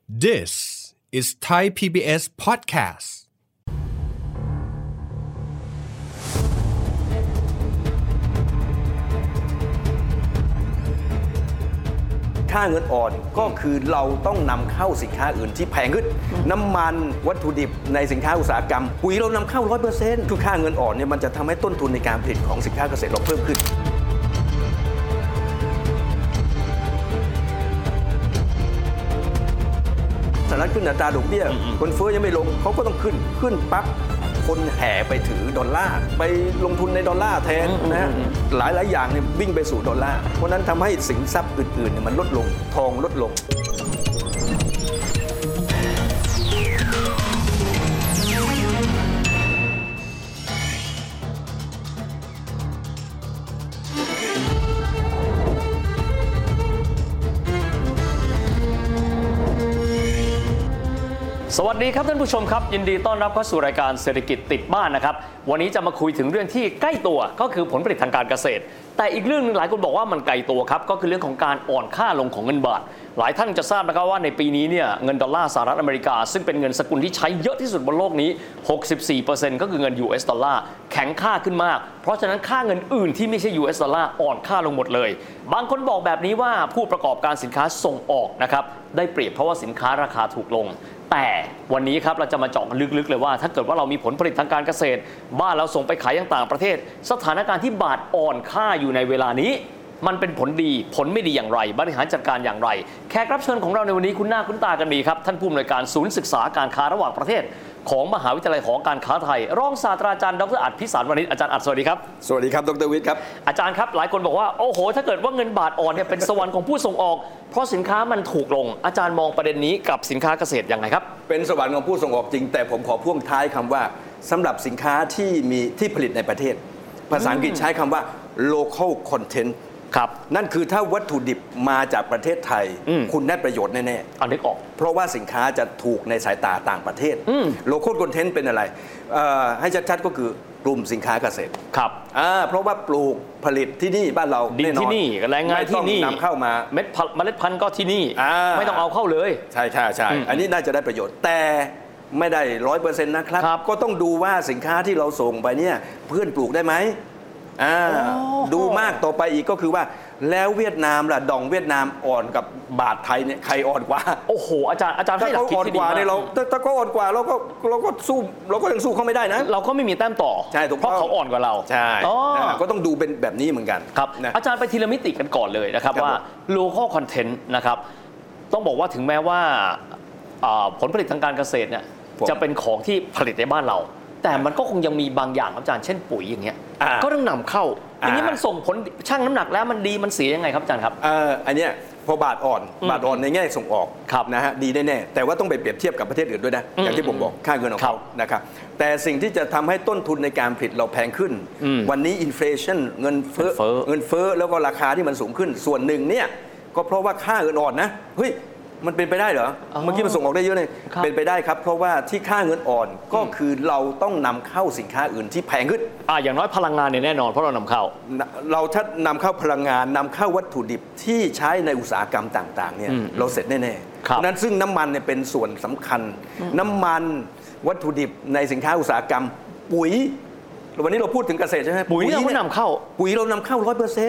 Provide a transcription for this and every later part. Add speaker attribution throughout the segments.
Speaker 1: This is Thai PBS podcast.
Speaker 2: ค่าเงินอ่อนก็คือเราต้องนำเข้าสินค้าอื่นที่แพงขึ้นน้ำมันวัตถุดิบในสินค้าอุตสาหกรรมปุ๋ยเรานำเข้า 100% คือค่าเงินอ่อนเนี่ยมันจะทำให้ต้นทุนในการผลิตของสินค้าเกษตรเราเพิ่มขึ้นสหรัฐขึ้นอัตราดอกเบี้ยคนเฟ้อยังไม่ลงเขาก็ต้องขึ้นปั๊บคนแห่ไปถือดอลลาร์ไปลงทุนในดอลลาร์แทนนะหลายอย่างเนี่ยวิ่งไปสู่ดอลลาร์เพราะนั้นทำให้สินทรัพย์อื่นๆเนี่ยมันลดลงทองลดลง
Speaker 3: สวัสดีครับท่านผู้ชมครับยินดีต้อนรับเข้าสู่รายการเศรษฐกิจติดบ้านนะครับวันนี้จะมาคุยถึงเรื่องที่ใกล้ตัวก็คือผลผลิตทางการเกษตรแต่อีกเรื่องนึงหลายคนบอกว่ามันไกลตัวครับก็คือเรื่องของการอ่อนค่าลงของเงินบาทหลายท่านจะทราบนะครับว่าในปีนี้เนี่ยเงินดอลลาร์สหรัฐอเมริกาซึ่งเป็นเงินสกุลที่ใช้เยอะที่สุดบนโลกนี้ 64% ก็คือเงิน US ดอลลาร์แข็งค่าขึ้นมากเพราะฉะนั้นค่าเงินอื่นที่ไม่ใช่ US ดอลลาร์อ่อนค่าลงหมดเลยบางคนบอกแบบนี้ว่าผู้ประกอบการสินค้าส่งออกนะครับได้เปรียบเพราะว่าสินค้าราคาถูกลงแต่วันนี้ครับเราจะมาเจาะลึกๆเลยว่าถ้าเกิดว่าเรามีผลผลิตทางการเกษตรบ้านเราส่งไปขายยังต่างประเทศสถานการณ์ที่บาทอ่อนค่าอยู่ในเวลานี้มันเป็นผลดีผลไม่ดีอย่างไรบริหารจัดการอย่างไรแขกรับเชิญของเราในวันนี้คุณหน้าคุ้นตากันดีครับท่านผู้อำนวยการศูนย์ศึกษาการค้าระหว่างประเทศของมหาวิทยาลัยหอการค้าไทยรองศาสตราจารย์ดร.อัฏฐพิสารวณิชอาจารย์อัฏสวัสดีครับ
Speaker 2: สวัสดีครับดร.วิทย์ครับ
Speaker 3: อาจารย์ครับหลายคนบอกว่าโอ้โหถ้าเกิดว่าเงินบาทอ่อนเนี่ยเป็นสวรรค์ของผู้ส่งออกเพราะสินค้ามันถูกลงอาจารย์มองประเด็นนี้กับสินค้าเกษตรยังไงครับ
Speaker 2: เป็นสวรรค์ของผู้ส่งออกจริงแต่ผมขอพ่วงท้ายคำว่าสำหรับสินค้าที่ผลิตในประเทศภาษาอังกฤษใช้คำว่า local content
Speaker 3: ครับ
Speaker 2: นั่นคือถ้าวัตถุดิบมาจากประเทศไทยคุณได้ประโยชน์แน่
Speaker 3: ๆนึกออก
Speaker 2: เพราะว่าสินค้าจะถูกในสายตาต่างประเทศ local content เป็นอะไรให้ชัดๆก็คือกลุ่มสินค้าเกษตร
Speaker 3: ครับ
Speaker 2: เพราะว่าปลูกผลิตที่นี่บ้านเรา
Speaker 3: ดินที่นี่แรงงานที่นี่
Speaker 2: นำเข้ามา
Speaker 3: เมล็ดพันธุ์ก็ที่นี่ไม่ต้องเอาเข้าเลย
Speaker 2: ใช่อันนี้น่าจะได้ประโยชน์แต่ไม่ได้ 100% นะครับก็ต้องดูว่าสินค้าที่เราส่งไปเนี่ยเพื่อนปลูกได้ไหมดูมากต่อไปอีกก็คือว่าแล้วเวียดนามล่ะดองเวียดนามอ่อนกับบาทไทยเนี่ยใครอ่อนกว่า
Speaker 3: โอ้โหอาจารย์ให้หลักคิดที่ดีมาก
Speaker 2: ถ้าเขาอ่อนกว่าเราก็สู้เราก็ยังสู้เขาไม่ได้นะ
Speaker 3: เราก็ไม่มีแต้มต่อ
Speaker 2: ใช่ถูก
Speaker 3: เพราะเขาอ่อนกว่าเรา
Speaker 2: ใช่ก็ต้องดูเป็นแบบนี้เหมือนกัน
Speaker 3: ครับอาจารย์ไปทีละมิติกันก่อนเลยนะครับว่า local content นะครับต้องบอกว่าถึงแม้ว่าผลผลิตทางการเกษตรเนี่ยจะเป็นของที่ผลิตในบ้านเราแต่มันก็คงยังมีบางอย่างครับอาจารย์เช่นปุ๋ยอย่างเงี้ยก็ต้องนำเข้าอย่างนี้มันส่งผลชั่งน้ำหนักแล้วมันดีมันเสียยังไงครับอาจารย์ครับ
Speaker 2: อันเนี้ยพอบาทอ่อนในแง่ส่งออกนะฮะดีแน่ๆแต่ว่าต้องไปเปรียบเทียบกับประเทศอื่นด้วยนะอย่างที่ผมบอกค่าเงินของเขานะครับแต่สิ่งที่จะทำให้ต้นทุนในการผลิตเราแพงขึ้นวันนี้อินเฟลชันเงินเฟ้อแล้วก็ราคาที่มันสูงขึ้นส่วนหนึ่งเนี่ยก็เพราะว่าค่าเงินอ่อนนะเฮ้ยมันเป็นไปได้เหรอเมื่อกี้มันส่งออกได้เยอะเลยเป็นไปได้ครับเพราะว่าที่ค่าเงินอ่อนก็คือเราต้องนำเข้าสินค้าอื่นที่แพงขึ้น
Speaker 3: อย่างน้อยพลังงานเนี่ยแน่นอนเพราะเรานำเข้า
Speaker 2: เราถ้านำเข้าพลังงานนำเข้าวัตถุดิบที่ใช้ในอุตสาหกรรมต่างๆเนี่ยเราเสร็จแน่ๆเพราะนั้นซึ่งน้ำมันเนี่ยเป็นส่วนสำคัญน้ำมันวัตถุดิบในสินค้าอุตสาหกรรมปุ๋ยวันนี้เราพูดถึงเกษตรใช่ไหม
Speaker 3: ปุ๋ยเรานำเข้า
Speaker 2: ปุ๋ยเรานำเข้า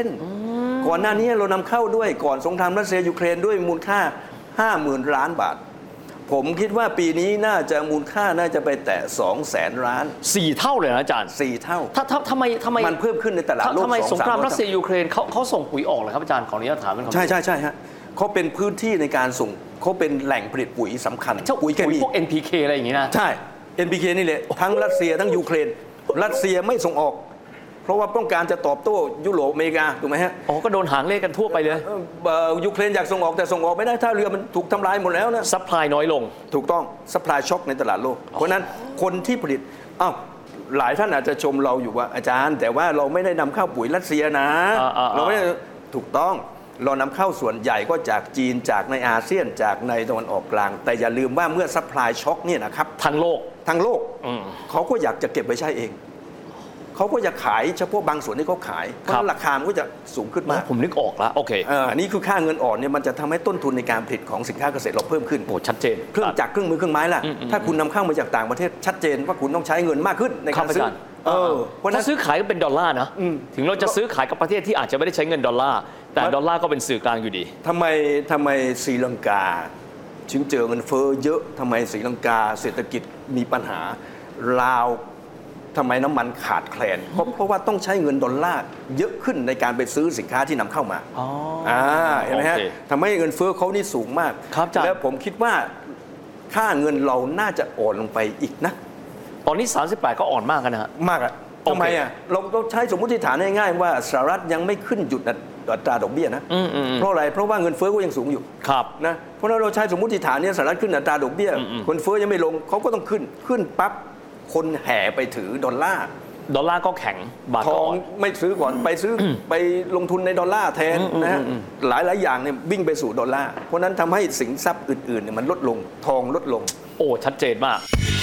Speaker 2: 100%ก่อนหน้านี้เรานำเข้าด้วยก่อนสงครามรัสเซียยูเครนด้วยมูลค่า50,000 ล้านบาทผมคิดว่าปีนี้น่าจะมูลค่าน่าจะไปแตะ200,000 ล้าน
Speaker 3: 4 เท่าเลยนะอาจารย์
Speaker 2: 4 เท่า
Speaker 3: ทำไม
Speaker 2: มันเพิ่มขึ้นในตลาดโลก
Speaker 3: ทำไมสงครามรัสเซียยูเครนเขาส่งปุ๋ยออกเลยครับอาจารย์ขออนุญาตถามเป็นคำถาม
Speaker 2: ใช่ฮะเขาเป็นพื้นที่ในการส่งเขาเป็นแหล่งผลิตปุ๋ยสำคัญ
Speaker 3: ปุ๋ยพวก NPK อะไรอย่างงี้นะ
Speaker 2: ใช่ NPK นี่แหละทั้งรัสเซียทั้งยูเครนรัสเซียไม่ส่งออกเพราะว่าต้องการจะตอบโต้ยุโรปอเมริกาถูกไหมฮะ
Speaker 3: ก็โดนหางเลขกันทั่วไปเลย
Speaker 2: ยูเครนอยากส่งออกแต่ส่งออกไม่ได้ถ้าเรือมันถูกทำลายหมดแล้วนะ
Speaker 3: ซัพพลายน้อยลง
Speaker 2: ถูกต้องซัพพลายช็อคในตลาดโลกเพราะนั้นคนที่ผลิตหลายท่านอาจจะชมเราอยู่ว่าอาจารย์แต่ว่าเราไม่ได้นำเข้าปุ๋ยรัสเซียนะเราไม่ได้ถูกต้องเรานำเข้าส่วนใหญ่ก็จากจีนจากในอาเซียนจากในตะวันออกกลางแต่อย่าลืมว่าเมื่อซัพพลายช็อคเนี่ยนะครับ
Speaker 3: ทั้งโลก
Speaker 2: เขาก็อยากจะเก็บไว้ใช้เองเขเขาก็จะขายเฉพาะบางส่วนที่เขาขายเพราะราคามันก็จะสูงขึ้นมาก
Speaker 3: ผมนึกออกแล้วโอเค
Speaker 2: นี่คือค่าเงินอ่อนเนี่ยมันจะทำให้ต้นทุนในการผลิตของสินค้าเกษตรเราเพิ่มขึ้น
Speaker 3: โอ้ชัดเจน
Speaker 2: เครื่องจักรเครื่องมือเครื่องไม้ล่ะถ้าคุณนำเข้ามาจากต่างประเทศชัดเจนว่าคุณต้องใช้เงินมากขึ้นในการซื้อ
Speaker 3: เพราะถ้าซื้อขายก็เป็นดอลลาร์นะถึงเราจะซื้อขายกับประเทศที่อาจจะไม่ได้ใช้เงินดอลลาร์แต่ดอลลาร์ก็เป็นสื่อกลางอยู่ดี
Speaker 2: ทำไมศรีลังกาถึงเจอเงินเฟ้อเยอะทำไมศรีลังกาเศรษฐกิจมีปัญหาลาวทำไมน้ำมันขาดแคลนเพราะว่าต้องใช้เงินดอลลาร์เยอะขึ้นในการไปซื้อสินค้าที่นำเข้ามาเห็นไหมฮะทำให้เงินเฟ้อเขานี่สูงมากแล้วผมคิดว่าค่าเงินเราน่าจะอ่อนลงไปอีกนะ
Speaker 3: ตอนนี้38ก็อ่อนมากนะฮะ
Speaker 2: มากอะทำไมอะเราใช้สมมติฐานง่ายๆว่าสหรัฐยังไม่ขึ้นหยุดอัตราดอกเบี้ยนะเพราะอะไรเพราะว่าเงินเฟ้อก็ยังสูงอยู่นะเพราะเราใช้สมมติฐานนี้สหรัฐขึ้นอัตราดอกเบี้ยเงินเฟ้อยังไม่ลงเขาก็ต้องขึ้นปั๊บคนแห่ไปถือดอลลาร์
Speaker 3: ก็แข็งบาท
Speaker 2: ทองไม่ซื้อก่อนไปซื้อไปลงทุนในดอลลาร์แทนนะหลายอย่างเนี่ยวิ่งไปสู่ดอลลาร์เพราะนั้นทำให้สินทรัพย์อื่นๆเนี่ยมันลดลงทองลดลง
Speaker 3: โอ้ชัดเจนมาก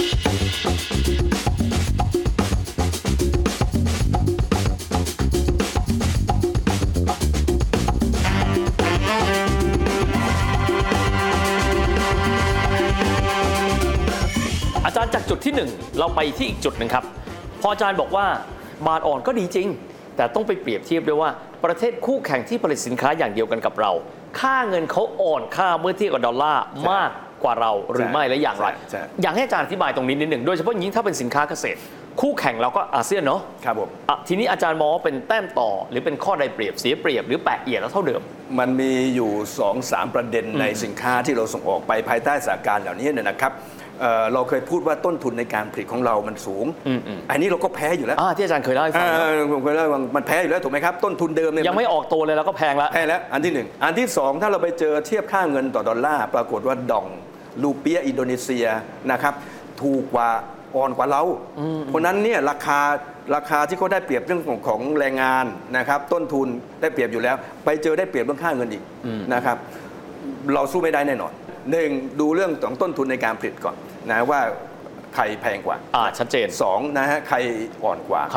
Speaker 3: อาจารย์จากจุดที่1เราไปที่อีกจุดหนึ่งครับพออาจารย์บอกว่าบาทอ่อนก็ดีจริงแต่ต้องไปเปรียบเทียบด้วยว่าประเทศคู่แข่งที่ผลิตสินค้าอย่างเดียวกันกับเราค่าเงินเขาอ่อนค่าเมื่อเทียบกับดอลลาร์มากกว่าเราหรือไม่และอย่างไรอยากให้อาจารย์อธิบายตรงนี้นิดหนึ่งโดยเฉพาะยิ่งถ้าเป็นสินค้าเกษตรคู่แข่งเราก็อาเซียนเนาะ
Speaker 2: ครับผม
Speaker 3: ทีนี้อาจารย์มองว่าเป็นแต้มต่อหรือเป็นข้อใดเปรียบเสียเปรียบหรือแปะเอียดแล้วเท่าเดิม
Speaker 2: มันมีอยู่ 2-3 ประเด็นในสินค้าที่เราส่งออกไปภายใต้สถานการณ์เหล่านี้เนี่ยนะครับเราเคยพูดว่าต้นทุนในการผลิตของเรามันสูงอันนี้เราก็แพ้อยู่แล้ว
Speaker 3: ที่อาจารย์เคยเล่าให้ฟัง
Speaker 2: ผมเคยเล่าว่ามันแพ้อยู่แล้วถูกไหมครับต้นทุนเดิมเนี่ย
Speaker 3: ยังไม่ออกตัวเลยแล้วก็แพงแล้ว
Speaker 2: อันที่1อันที่2ถ้าเราไปเจอเทียบค่าเงินต่อดอลลาร์ปรากฏว่าดองรูเปียอินโดนีเซียนะครับถูกกว่าอ่อนกว่าเราเพราะนั้นเนี่ยราคาที่เขาได้เปรียบเรื่องของแรงงานนะครับต้นทุนได้เปรียบอยู่แล้วไปเจอได้เปรียบเรื่องค่าเงินอีกนะครับเราสู้ไม่ได้แน่นอน1ดูเรื่องของต้นทุนในการผลิตก่อนนะว่าใครแพงกว่า
Speaker 3: ชัดเจน
Speaker 2: 2นะฮะใครอ่อนกว่า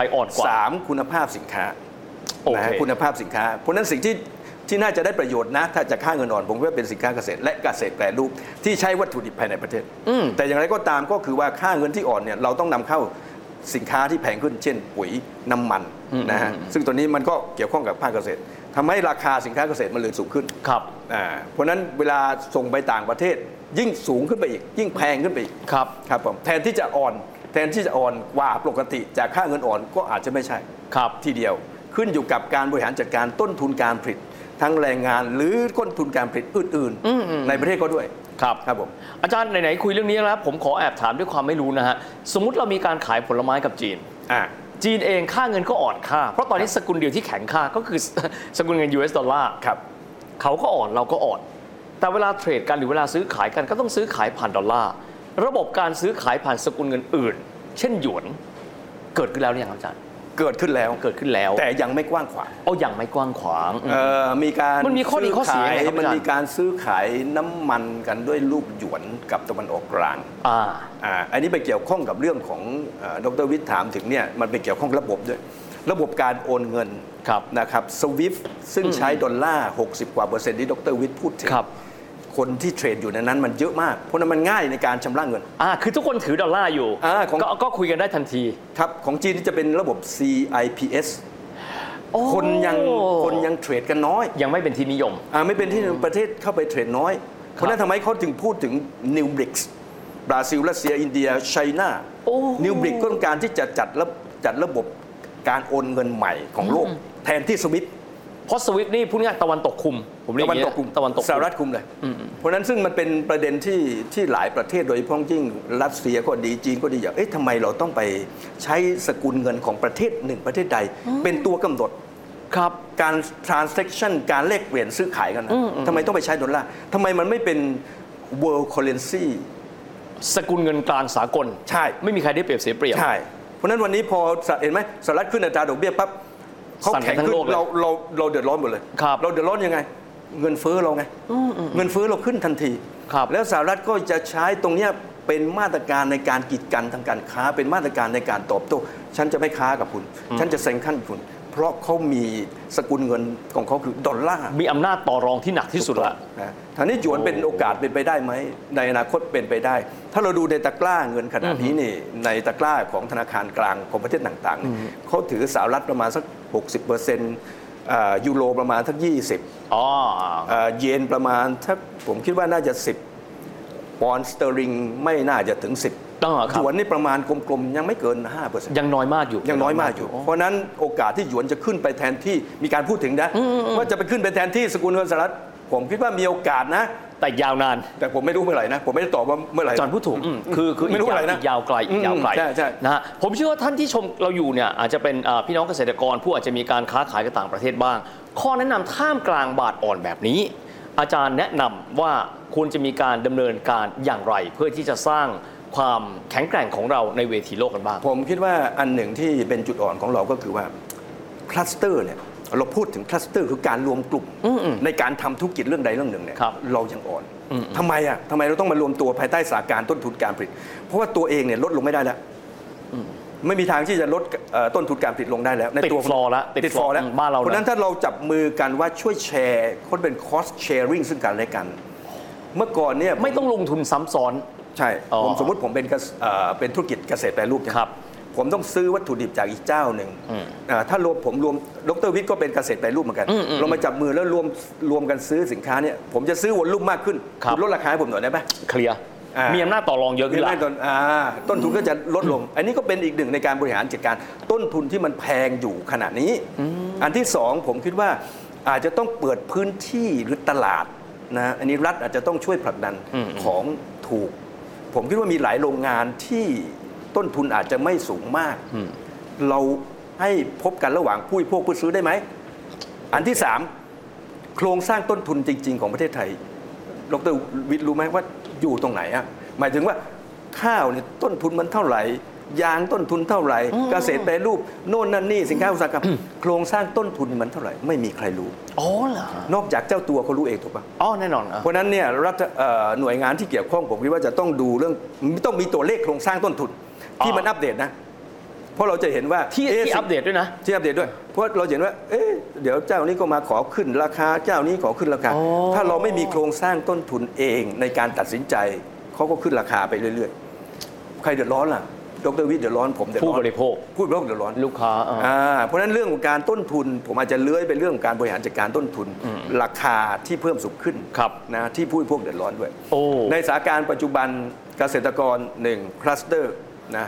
Speaker 2: 3คุณภาพสินค้านะคุณภาพสินค้าเพราะนั้นสิ่งที่น่าจะได้ประโยชน์นะถ้าจะค่าเงินอ่อนผมว่าเป็นสินค้าเกษตรและเกษตรแปรรูปที่ใช้วัตถุดิบภายในประเทศแต่อย่างไรก็ตามก็คือว่าค่าเงินที่อ่อนเนี่ยเราต้องนำเข้าสินค้าที่แพงขึ้นเช่นปุ๋ยน้ำมันนะฮะซึ่งตัวนี้มันก็เกี่ยวข้องกับภาคเกษตรทำให้ราคาสินค้าเกษตรมันเลยสูงขึ้น
Speaker 3: ครับ
Speaker 2: เพราะนั้นเวลาส่งไปต่างประเทศยิ่งสูงขึ้นไปอีกยิ่งแพงขึ้นไปอีกครับผมแทนที่จะอ่อนกว่าปกติจากค่าเงินอ่อนก็อาจจะไม่ใช่ทีเดียวขึ้นอยู่กับการบริหารจัดการต้นทุนการผลิตทั้งแรงงานหรือต้นทุนการผลิตอื่นๆในประเทศก็ด้วยครับผม
Speaker 3: อาจารย์ไหนๆคุยเรื่องนี้แล้วผมขอแอบถามด้วยความไม่รู้นะฮะสมมุติเรามีการขายผลไม้กับจีนเองค่าเงินก็อ่อนค่าเพราะตอนนี้สกุลเดียวที่แข็งค่าก็คือสกุลเงิน US ดอลลาร์เขาก็อ่อนเราก็อ่อนแต่เวลาเทรดกันหรือเวลาซื้อขายกันก็ต้องซื้อขายผ่านดอลลาร์ระบบการซื้อขายผ่านสกุลเงินอื่นเช่นหยวนเกิดขึ้นแล้วหรือยังอาจารย์
Speaker 2: เกิดขึ้นแล้วแต่ยังไม่กว้างขวาง
Speaker 3: ยังไม่กว้างขวาง
Speaker 2: มัน
Speaker 3: มีข้อดีข้อเสีย
Speaker 2: มันมีการซื้อขายน้ำมันกันด้วยรูปหยวนกับตะวันออกกลางอันนี้ไปเกี่ยวข้องกับเรื่องของดร.วิทย์ถามถึงเนี่ยมันไปเกี่ยวข้องระบบด้วยระบบการโอนเงินนะครับสวิฟต์ซึ่งใช้ดอลลาร์60%กว่าที่ดร.วิทย์พูดถึงคนที่เทรดอยู่ในนั้นมันเยอะมากเพราะนั้นมันง่ายในการชำระเงิน
Speaker 3: คือทุกคนถือดอลลาร์อยู่ก็คุยกันได้ทันที
Speaker 2: ครับของจีนที่จะเป็นระบบ CIPS คนยังเทรดกันน้อย
Speaker 3: ยังไม่เป็นที่นิยม
Speaker 2: ไม่เป็นที่ประเทศเข้าไปเทรดน้อยเพราะนั้นทำไมเขาถึงพูดถึง New BRICS บราซิลรัสเซียอินเดียไชน่า New BRICS ก็ต้องการที่จะจัดระบบการโอนเงินใหม่ของโลกแทนที่สวิฟต์
Speaker 3: เพราะสวิฟต์นี่พูดง่ายตะวันตกคุมผมเรียกตะวันตก
Speaker 2: สหรัฐคุมเลยเพราะนั้นซึ่งมันเป็นประเด็นที่หลายประเทศโดยเฉพาะยิ่งรัสเซียก็ดีจีนก็ดีอย่างทำไมเราต้องไปใช้สกุลเงินของประเทศหนึ่งประเทศใดเป็นตัวกำหนดการ transaction การแลกเปลี่ยนซื้อขายกันทำไมต้องไปใช้ดอลลาร์ทำไมมันไม่เป็น world currency
Speaker 3: สกุลเงินกลางสากล
Speaker 2: ใช่
Speaker 3: ไม่มีใครได้เปรียบเสียเปรียบ
Speaker 2: ใช่เพราะนั้นวันนี้พอเห็นไหมสหรัฐขึ้นอัตราดอกเบี้ยปั๊บเขาแข็งขึ้นเราเดือดร้อนหมดเลยเราเดือดร้อนยังไงเงินเฟ้อเราไงเงินเฟ้อเราขึ้นทันทีแล้วสหรัฐก็จะใช้ตรงเนี้ยเป็นมาตรการในการกีดกันทางการค้าเป็นมาตรการในการตอบโต้ฉันจะไม่ค้ากับคุณฉันจะเซ็งขั้นคุณเพราะเขามีสกุลเงินของเขาคือดอลลาร์
Speaker 3: มีอำนาจต่อรองที่หนักที่สุดละ
Speaker 2: ท่านี้หยวนเป็นโอกาสเป็นไปได้ไหมในอนาคตเป็นไปได้ถ้าเราดูในตะกร้าเงินขนาดนี้นี่ในตะกร้าของธนาคารกลางของประเทศต่างๆเขาถือสหรัฐประมาณสัก 60%ยูโรประมาณสัก 20เยนประมาณถ้าผมคิดว่าน่าจะ10ปอนด์สเตอริงไม่น่าจะถึง10หยวนนี่ประมาณกลมๆยังไม่เกิน 5%
Speaker 3: ยังน้อยมากอยู่
Speaker 2: ยังน้อยมากอยู่เพราะนั้นโอกาสที่หยวนจะขึ้นไปแทนที่มีการพูดถึงนะว่าจะไปขึ้นไปแทนที่สกุลเงินสหรัฐผมคิดว่ามีโอกาสนะ
Speaker 3: แต่ยาวนาน
Speaker 2: แต่ผมไม่รู้เมื่อไหร่นะผมไม่ได้ตอบว่าเมื่อไหร่
Speaker 3: จอห์นพูดถูกคือ
Speaker 2: ไม่รู้อะไรนะ
Speaker 3: ยาวไกลนะฮะผมเชื่อว่าท่านที่ชมเราอยู่เนี่ยอาจจะเป็นพี่น้องเกษตรกรผู้อาจจะมีการค้าขายกับต่างประเทศบ้างข้อแนะนำท่ามกลางบาทอ่อนแบบนี้อาจารย์แนะนำว่าควรจะมีการดำเนินการอย่างไรเพื่อที่จะสร้างความแข็งแกร่งของเราในเวทีโลกกันบ้าง
Speaker 2: ผมคิดว่าอันหนึ่งที่เป็นจุดอ่อนของเราก็คือว่าคลัสเตอร์เนี่ยเราพูดถึงคลัสเตอร์คือการรวมกลุ่มในการทำธุรกิจเรื่องใดเรื่องหนึ่งเนี่ยเรายังอ่อนทำไมเราต้องมารวมตัวภายใต้สถานการณ์ต้นทุนการผลิตเพราะว่าตัวเองเนี่ยลดลงไม่ได้แล้วไม่มีทางที่จะลดต้นทุนการผลิตลงได้แล้ว
Speaker 3: ในตัวฟลอร์แล้ว
Speaker 2: ติดฟลอร์แล้ว
Speaker 3: บ้านเรา
Speaker 2: เพราะนั้นถ้าเราจับมือกันว่าช่วยแชร์คนเป็น cost sharing ซึ่งกันและกันเมื่อก่อนเนี่ย
Speaker 3: ไม่ต้องลงทุนซ้ำซ้อน
Speaker 2: ใช่ผมสมมติผมเป็นธุรกิจเกษตรแปรรูปครับผมต้องซื้อวัตถุดิบจากอีกเจ้าหนึ่งถ้ารวมดร.วิทย์ก็เป็นเกษตรแปรรูปเหมือนกันเรามาจับมือแล้วรวมกันซื้อสินค้าเนี่ยผมจะซื้อวอลลุ่มมากขึ้นคุณลดราคาให้ผมหน่อยได้ไหม
Speaker 3: เคลียร์มีอำนาจต่อรองเยอะขึ้นแล้ว
Speaker 2: ต้นทุนก็จะลดลงอันนี้ก็เป็นอีกหนึ่งในการบริหารจัดการต้นทุนที่มันแพงอยู่ขณะนี้อันที่สองผมคิดว่าอาจจะต้องเปิดพื้นที่หรือตลาดนะอันนี้รัฐอาจจะต้องช่วยผลักดันของถูกผมคิดว่ามีหลายโรงงานที่ต้นทุนอาจจะไม่สูงมากเราให้พบกันระหว่างผู้บริโภคผู้ซื้อได้ไหมอันที่สามโครงสร้างต้นทุนจริงๆของประเทศไทยดร.วิทย์รู้ไหมว่าอยู่ตรงไหนอ่ะหมายถึงว่าข้าวเนี่ยต้นทุนมันเท่าไหร่ยางต้นทุนเท่าไหร่เกษตรแปรรูปโน่นนั่นนี่สินค้าอุตสาหกรรมโครงสร้างต้นทุนมันเท่าไหร่ไม่มีใครรู้
Speaker 3: อ๋อเหรอน
Speaker 2: อกจากเจ้าตัวเขารู้เองถูกป่ะ
Speaker 3: อ๋อแน่นอน
Speaker 2: เพราะนั้นเนี่ยหน่วยงานที่เกี่ยวข้องผมคิดว่าจะต้องดูเรื่องต้องมีตัวเลขโครงสร้างต้นทุนที่มันอัปเดตนะเพราะเราจะเห็นว่า
Speaker 3: ที่อัปเดตด้วยนะ
Speaker 2: ที่อัปเดตด้วยเพราะเราเห็นว่าเดี๋ยวเจ้านี้ก็มาขอขึ้นราคาเจ้านี้ขอขึ้นราคาถ้าเราไม่มีโครงสร้างต้นทุนเองในการตัดสินใจเขาก็ขึ้นราคาไปเรื่อยๆใครเดือดร้อนล่ะดร.วิทย์เดือดร้อนผมเดือดร้อน
Speaker 3: ผู้บริโภค
Speaker 2: เดือดร้อน
Speaker 3: ลูกค้า
Speaker 2: เพราะฉะนั้นเรื่องของการต้นทุนผมอาจจะเลื้อยไปเรื่องของการบริหารจัดการต้นทุนราคาที่เพิ่มสูงขึ้นนะที่ผู้บริโภคเดือดร้อนด้วยในสถานการณ์ปัจจุบันเกษตรกร1คลัสเตอร์นะ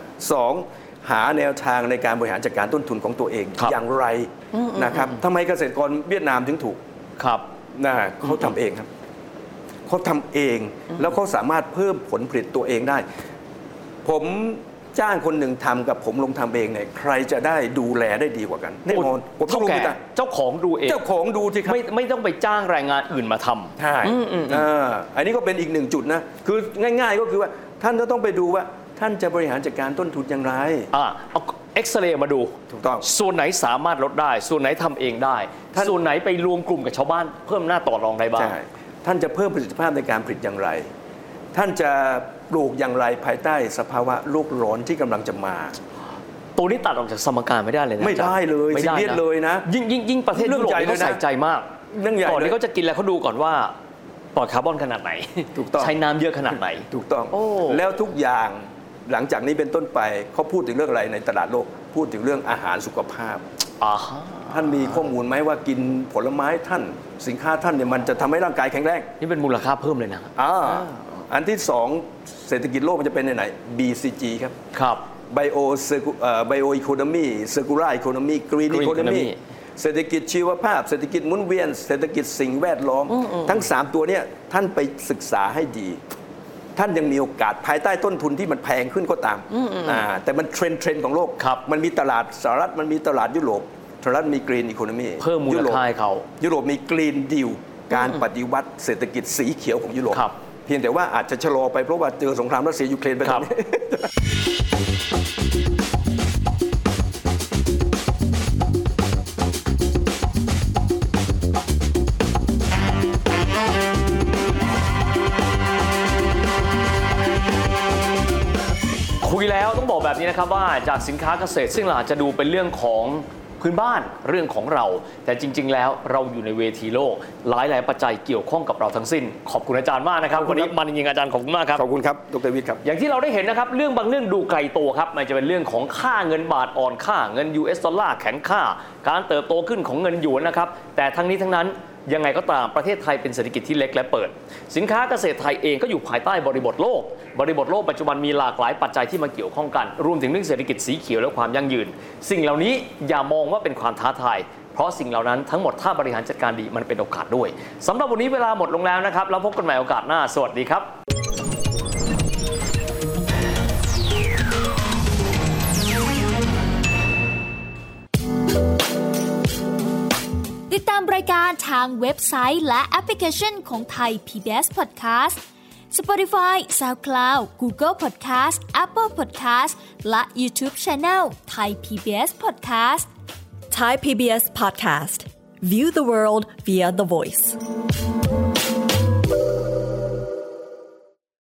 Speaker 2: 2หาแนวทางในการบริหารจัดการต้นทุนของตัวเองอย่างไรนะครับทำไมเกษตรกรเวียดนามถึงถูก
Speaker 3: ครับ
Speaker 2: นะเขาทำเองครับเขาทำเองแล้วเขาสามารถเพิ่มผลผลิตตัวเองได้ผมจ้างคนหนึ่งทำกับผมลงทำเองเนี่ยใครจะได้ดูแลได้ดีกว่ากันแน่นอน
Speaker 3: ผมต้องรู้เจ้าของดูเอง
Speaker 2: เจ้าของดูที่ครับ
Speaker 3: ไม่ต้องไปจ้างแรงงานอื่นมาทำ
Speaker 2: ใช่อันนี้ก็เป็นอีกหนึ่งจุดนะคือง่ายๆก็คือว่าท่านจะต้องไปดูว่าท่านจะบริหารจัดการต้นทุนอย่างไร
Speaker 3: เอาเอ็กซเรย์มาดู
Speaker 2: ถูกต้อง
Speaker 3: ส่วนไหนสามารถลดได้ส่วนไหนทำเองได้ส่วนไหนไปรวมกลุ่มกับชาวบ้านเพิ่มหน้าต่อรองได้บ้าง
Speaker 2: ใช่ท่านจะเพิ่มประสิทธิภาพในการผลิตอย่างไรท่านจะปลูกอย่างไรภายใต้สภาวะโลกร้อนที่กำลังจะมา
Speaker 3: ตัวนี้ตัดออกจากสมการไม่ได้เลยนะ
Speaker 2: ไม่ได้เลยซีเรียสเลยนะ
Speaker 3: ยิ่งประเทศยุโรปเขาใส่ใจมากก่อนที่เขาจะกินแล้วเขาดูก่อนว่าปล่อยคาร์บอนขนาดไหน
Speaker 2: ถูกต้อง
Speaker 3: ใช้น้ำเยอะขนาดไหน
Speaker 2: ถูกต้องแล้วทุกอย่างหลังจากนี้เป็นต้นไปเขาพูดถึงเรื่องอะไรในตลาดโลกพูดถึงเรื่องอาหารสุขภาพท่านมีข้อมูลไหมว่ากินผลไม้ท่านสินค้าท่านเนี่ยมันจะทำให้ร่างกายแข็งแรง
Speaker 3: นี่เป็นมูลค่าเพิ่มเลยนะ
Speaker 2: อันที่2เศรษฐกิจโลกมันจะเป็นไหน BCG ครับ
Speaker 3: ครับ
Speaker 2: Bio Economy Circular Economy Green Economy เศรษฐกิจชีวภาพเศรษฐกิจหมุนเวียนเศรษฐกิจสิ่งแวดล้อมทั้ง3ตัวเนี่ยท่านไปศึกษาให้ดีท่านยังมีโอกาสภายใต้ต้นทุนที่มันแพงขึ้นก็ตามแต่มันเทรนด์ของโลกมันมีตลาดสหรัฐมันมีตลาดยุโรปสหรัฐมี Green Economy
Speaker 3: เพิ่มมูลค่าให้เขา
Speaker 2: ยุโรปมี Green Deal การปฏิวัติเศรษฐกิจสีเขียวของยุโรปเพียงแต่ว่าอาจจะชะลอไปเพราะว่าเจอสงครามรัสเซียยูเครนไปตอนนี้
Speaker 3: ยแล้วต้องบอกแบบนี้นะครับว่าจากสินค้าเกษตรซึ่งอาจจะดูเป็นเรื่องของพื้นบ้านเรื่องของเราแต่จริงๆแล้วเราอยู่ในเวทีโลกหลายปัจจัยเกี่ยวข้องกับเราทั้งสิ้นขอบคุณอาจารย์มากนะครับวันนี้มันจริงๆอาจารย์ขอบคุณมากครับ
Speaker 2: ขอบคุณครับดร.วิทย์ครับ
Speaker 3: อย่างที่เราได้เห็นนะครับเรื่องบางเรื่องดูไกลตัวครับมันจะเป็นเรื่องของค่าเงินบาทอ่อนค่าเงิน US ดอลลาร์แข็งค่าการเติบโตขึ้นของเงินหยวนนะครับแต่ทั้งนี้ทั้งนั้นยังไงก็ตามประเทศไทยเป็นเศรษฐกิจที่เล็กและเปิดสินค้าเกษตรไทยเองก็อยู่ภายใต้บริบทโลกปัจจุบันมีหลากหลายปัจจัยที่มาเกี่ยวข้องกันรวมถึงเรื่องเศรษฐกิจสีเขียวและความยั่งยืนสิ่งเหล่านี้อย่ามองว่าเป็นความท้าทายเพราะสิ่งเหล่านั้นทั้งหมดถ้าบริหารจัดการดีมันเป็นโอกาสด้วยสำหรับวันนี้เวลาหมดลงแล้วนะครับแล้วพบกันใหม่โอกาสหน้าสวัสดีครับ
Speaker 4: ติดตามรายการทางเว็บไซต์และแอปพลิเคชันของไทย PBS Podcast Spotify SoundCloud Google Podcast Apple Podcast และ YouTube Channel Thai PBS Podcast
Speaker 5: Thai PBS Podcast View the world via the voice